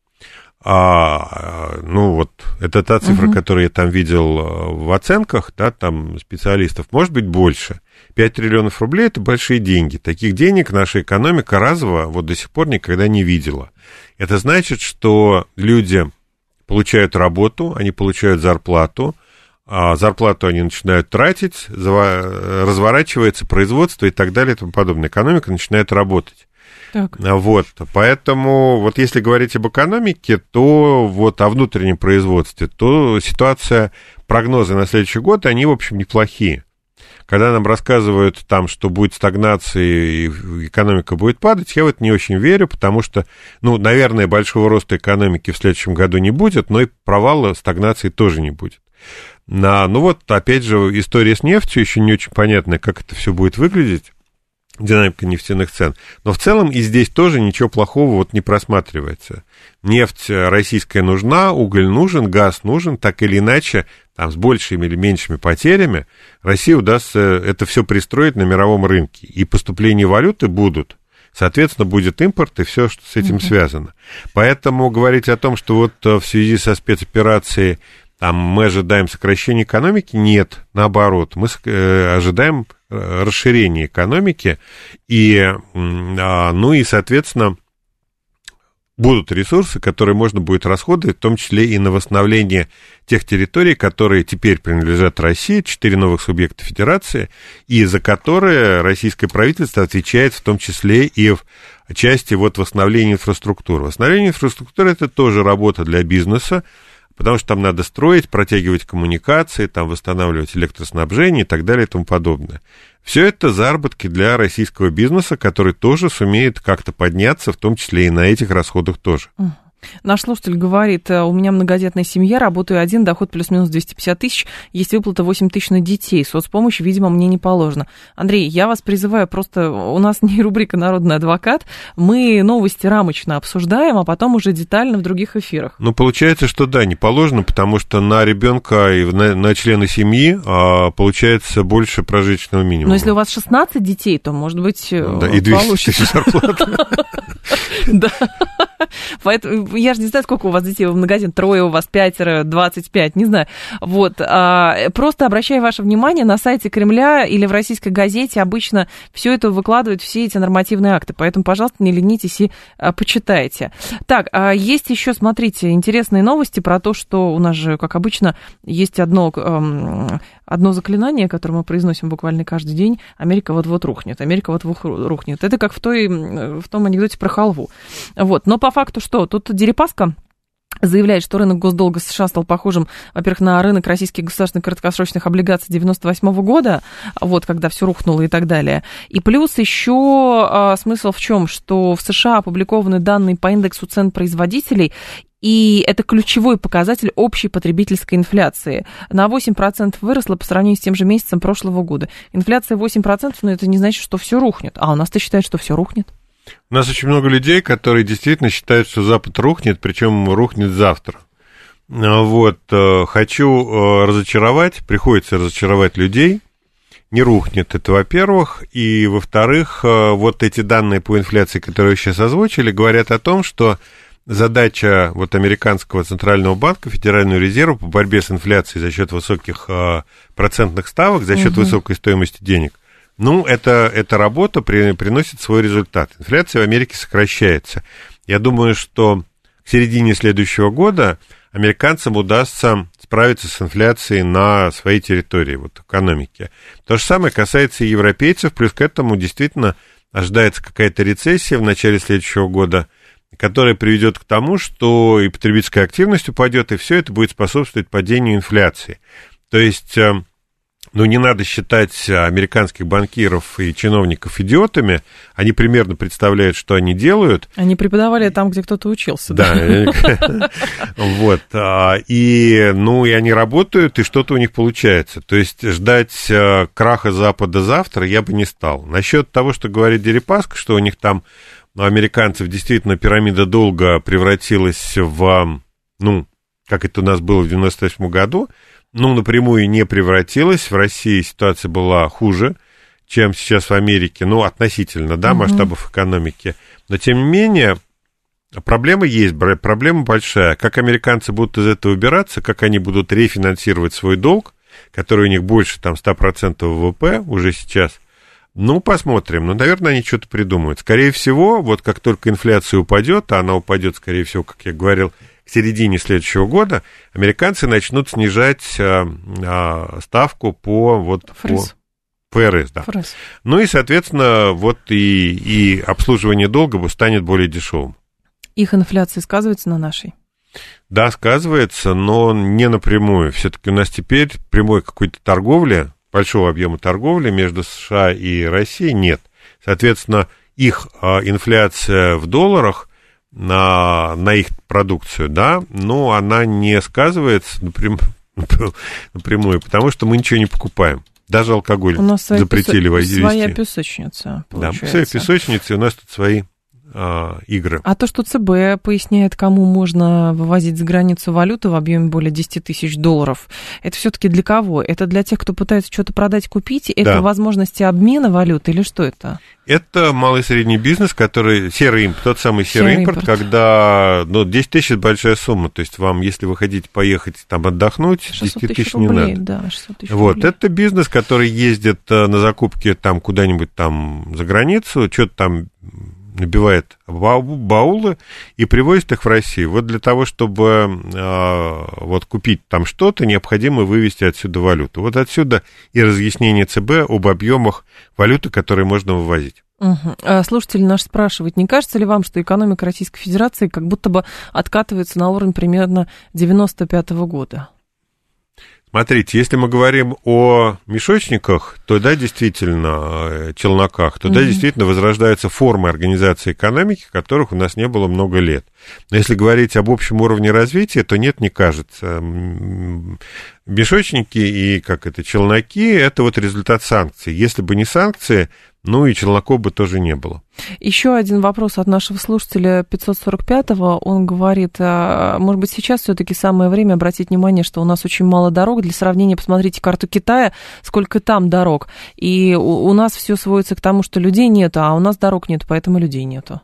А, ну, вот, это та цифра, uh-huh. которую я там видел в оценках, да, там, специалистов, может быть, больше. пять триллионов рублей – это большие деньги. Таких денег наша экономика разово вот до сих пор никогда не видела. Это значит, что люди получают работу, они получают зарплату, а зарплату они начинают тратить, разворачивается производство и так далее и тому подобное. Экономика начинает работать. Так. Вот, поэтому вот если говорить об экономике, то вот о внутреннем производстве, то ситуация, прогнозы на следующий год, они, в общем, неплохие. Когда нам рассказывают там, что будет стагнация и экономика будет падать, я в это не очень верю, потому что, ну, наверное, большого роста экономики в следующем году не будет, но и провала стагнации тоже не будет. На, ну вот, опять же, история с нефтью, еще не очень понятно, как это все будет выглядеть. Динамика нефтяных цен. Но в целом и здесь тоже ничего плохого вот не просматривается. Нефть российская нужна, уголь нужен, газ нужен, так или иначе, там, с большими или меньшими потерями России удастся это все пристроить на мировом рынке. И поступления валюты будут. Соответственно, будет импорт и все, что с этим mm-hmm. связано. Поэтому говорить о том, что вот в связи со спецоперацией там, мы ожидаем сокращения экономики, нет, наоборот, мы ожидаем расширения экономики, и, ну и, соответственно, будут ресурсы, которые можно будет расходовать, в том числе и на восстановление тех территорий, которые теперь принадлежат России, четыре новых субъекта федерации, и за которые российское правительство отвечает в том числе и в части вот восстановления инфраструктуры. Восстановление инфраструктуры – это тоже работа для бизнеса, потому что там надо строить, протягивать коммуникации, там восстанавливать электроснабжение и так далее и тому подобное. Все это заработки для российского бизнеса, который тоже сумеет как-то подняться, в том числе и на этих расходах тоже. Наш слушатель говорит, у меня многодетная семья, работаю один, доход плюс-минус двести пятьдесят тысяч, есть выплата восемь тысяч на детей, соцпомощь, видимо, мне не положено. Андрей, я вас призываю, просто у нас не рубрика «Народный адвокат», мы новости рамочно обсуждаем, а потом уже детально в других эфирах. Ну, получается, что да, не положено, потому что на ребенка и на, на члена семьи а, получается больше прожиточного минимума. Но если у вас шестнадцать детей, то, может быть, да, и двести тысяч зарплата. Да, поэтому я же не знаю, сколько у вас детей, в магазин, трое у вас, пятеро, двадцать пять, не знаю. Вот, просто обращаю ваше внимание, на сайте Кремля или в российской газете обычно все это выкладывают, все эти нормативные акты, поэтому, пожалуйста, не ленитесь и почитайте. Так, есть еще, смотрите, интересные новости про то, что у нас же, как обычно, есть одно, одно заклинание, которое мы произносим буквально каждый день: Америка вот-вот рухнет, Америка вот-вот рухнет. Это как в, той, в том анекдоте про халву. Вот. Но по факту что? Тут Дерипаска заявляет, что рынок госдолга США стал похожим, во-первых, на рынок российских государственных краткосрочных облигаций девяносто восьмого года, вот, когда все рухнуло и так далее. И плюс еще а, смысл в чем? Что в США опубликованы данные по индексу цен производителей, и это ключевой показатель общей потребительской инфляции. На восемь процентов выросла по сравнению с тем же месяцем прошлого года. Инфляция восемь процентов, но это не значит, что все рухнет. А у нас-то считают, что все рухнет. У нас очень много людей, которые действительно считают, что Запад рухнет, причем рухнет завтра. Вот, хочу разочаровать, приходится разочаровать людей, не рухнет это, во-первых, и, во-вторых, вот эти данные по инфляции, которые вы сейчас озвучили, говорят о том, что задача вот американского центрального банка, Федерального резерва по борьбе с инфляцией за счет высоких процентных ставок, за счет угу. высокой стоимости денег, ну, это, эта работа при, приносит свой результат. Инфляция в Америке сокращается. Я думаю, что к середине следующего года американцам удастся справиться с инфляцией на своей территории, вот, экономики. То же самое касается и европейцев, плюс к этому действительно ожидается какая-то рецессия в начале следующего года. которая приведет к тому, что и потребительская активность упадет, и все это будет способствовать падению инфляции. То есть, ну, не надо считать американских банкиров и чиновников идиотами, они примерно представляют, что они делают. Они преподавали там, где кто-то учился. Да, вот, и, ну, и они работают, и что-то у них получается. То есть, ждать краха Запада завтра я бы не стал. Насчет того, что говорит Дерипаска, что у них там у американцев действительно пирамида долга превратилась в, ну, как это у нас было в девяносто восьмом году, ну, напрямую не превратилась. В России ситуация была хуже, чем сейчас в Америке, ну, относительно, да, масштабов экономики. Но, тем не менее, проблема есть, проблема большая. Как американцы будут из этого убираться, как они будут рефинансировать свой долг, который у них больше, там, сто процентов ВВП уже сейчас, ну, посмотрим. Ну, наверное, они что-то придумают. Скорее всего, вот как только инфляция упадет, а она упадет, скорее всего, как я говорил, к середине следующего года, американцы начнут снижать а, а, ставку по вот ФРС. По ФРС, да. ФРС. Ну и, соответственно, вот и, и обслуживание долга станет более дешевым. Их инфляция сказывается на нашей? Да, сказывается, но не напрямую. Все-таки у нас теперь прямой какой-то торговли, большого объема торговли между США и Россией нет. Соответственно, их а, инфляция в долларах на, на их продукцию, да, но она не сказывается напрям, напрямую, потому что мы ничего не покупаем. Даже алкоголь у нас запретили везти. Своя песочница, получается. Да, своя песочница, и у нас тут свои а, игры. А то, что ЦБ поясняет, кому можно вывозить за границу валюту в объеме более десять тысяч долларов, это все-таки для кого? Это для тех, кто пытается что-то продать, купить? Это да. возможности обмена валюты или что это? Это малый и средний бизнес, который, серый импорт, тот самый серый, серый импорт, импорт, когда, ну, десять тысяч – это большая сумма, то есть вам, если вы хотите поехать там отдохнуть, десять тысяч не надо. Да, шестьсот тысяч вот, рублей. Это бизнес, который ездит на закупки там куда-нибудь там за границу, что-то там набивает баулы и привозит их в Россию. Вот для того, чтобы э, вот купить там что-то, необходимо вывести отсюда валюту. Вот отсюда и разъяснение ЦБ об объемах валюты, которые можно вывозить. Угу. Слушатель наш спрашивает, не кажется ли вам, что экономика Российской Федерации как будто бы откатывается на уровень примерно девяносто пятого года? Смотрите, если мы говорим о мешочниках, то да, действительно, челноках, то да, mm-hmm. действительно возрождаются формы организации экономики, которых у нас не было много лет. Но если говорить об общем уровне развития, то нет, не кажется. Мешочники и, как это, челноки – это вот результат санкций. Если бы не санкции, ну и челноков бы тоже не было. Еще один вопрос от нашего слушателя пятьсот сорок пятого. Он говорит, может быть, сейчас все-таки самое время обратить внимание, что у нас очень мало дорог. Для сравнения, посмотрите карту Китая, сколько там дорог. И у нас все сводится к тому, что людей нету, а у нас дорог нет, поэтому людей нету.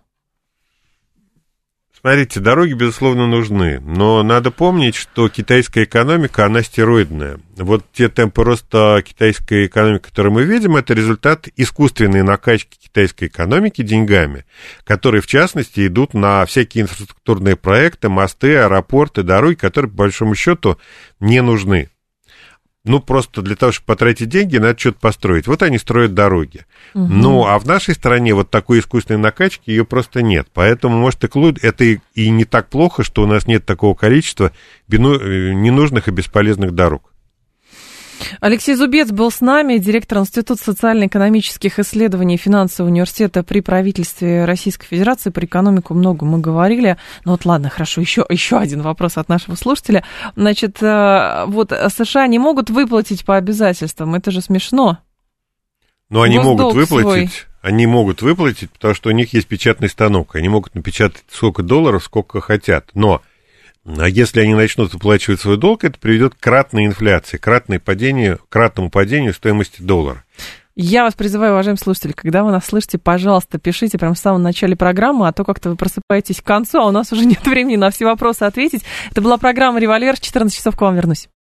Смотрите, дороги, безусловно, нужны, но надо помнить, что китайская экономика, она стероидная. Вот те темпы роста китайской экономики, которые мы видим, это результат искусственной накачки китайской экономики деньгами, которые, в частности, идут на всякие инфраструктурные проекты, мосты, аэропорты, дороги, которые, по большому счету, не нужны. Ну, просто для того, чтобы потратить деньги, надо что-то построить. Вот они строят дороги. Угу. Ну, а в нашей стране вот такой искусственной накачки ее просто нет. Поэтому, может, это и, и не так плохо, что у нас нет такого количества ненужных и бесполезных дорог. Алексей Зубец был с нами, директор Института социально-экономических исследований финансового университета при правительстве Российской Федерации. Про экономику много мы говорили. Ну вот ладно, хорошо, еще, еще один вопрос от нашего слушателя. Значит, вот США не могут выплатить по обязательствам, это же смешно. Ну, они могут выплатить, свой. Они могут выплатить, потому что у них есть печатный станок. Они могут напечатать сколько долларов, сколько хотят, но... А если они начнут выплачивать свой долг, это приведет к кратной инфляции, кратной падению, кратному падению стоимости доллара. Я вас призываю, уважаемые слушатели, когда вы нас слышите, пожалуйста, пишите прямо в самом начале программы, а то как-то вы просыпаетесь к концу, а у нас уже нет времени на все вопросы ответить. Это была программа «Револьвер». В четырнадцать часов к вам вернусь.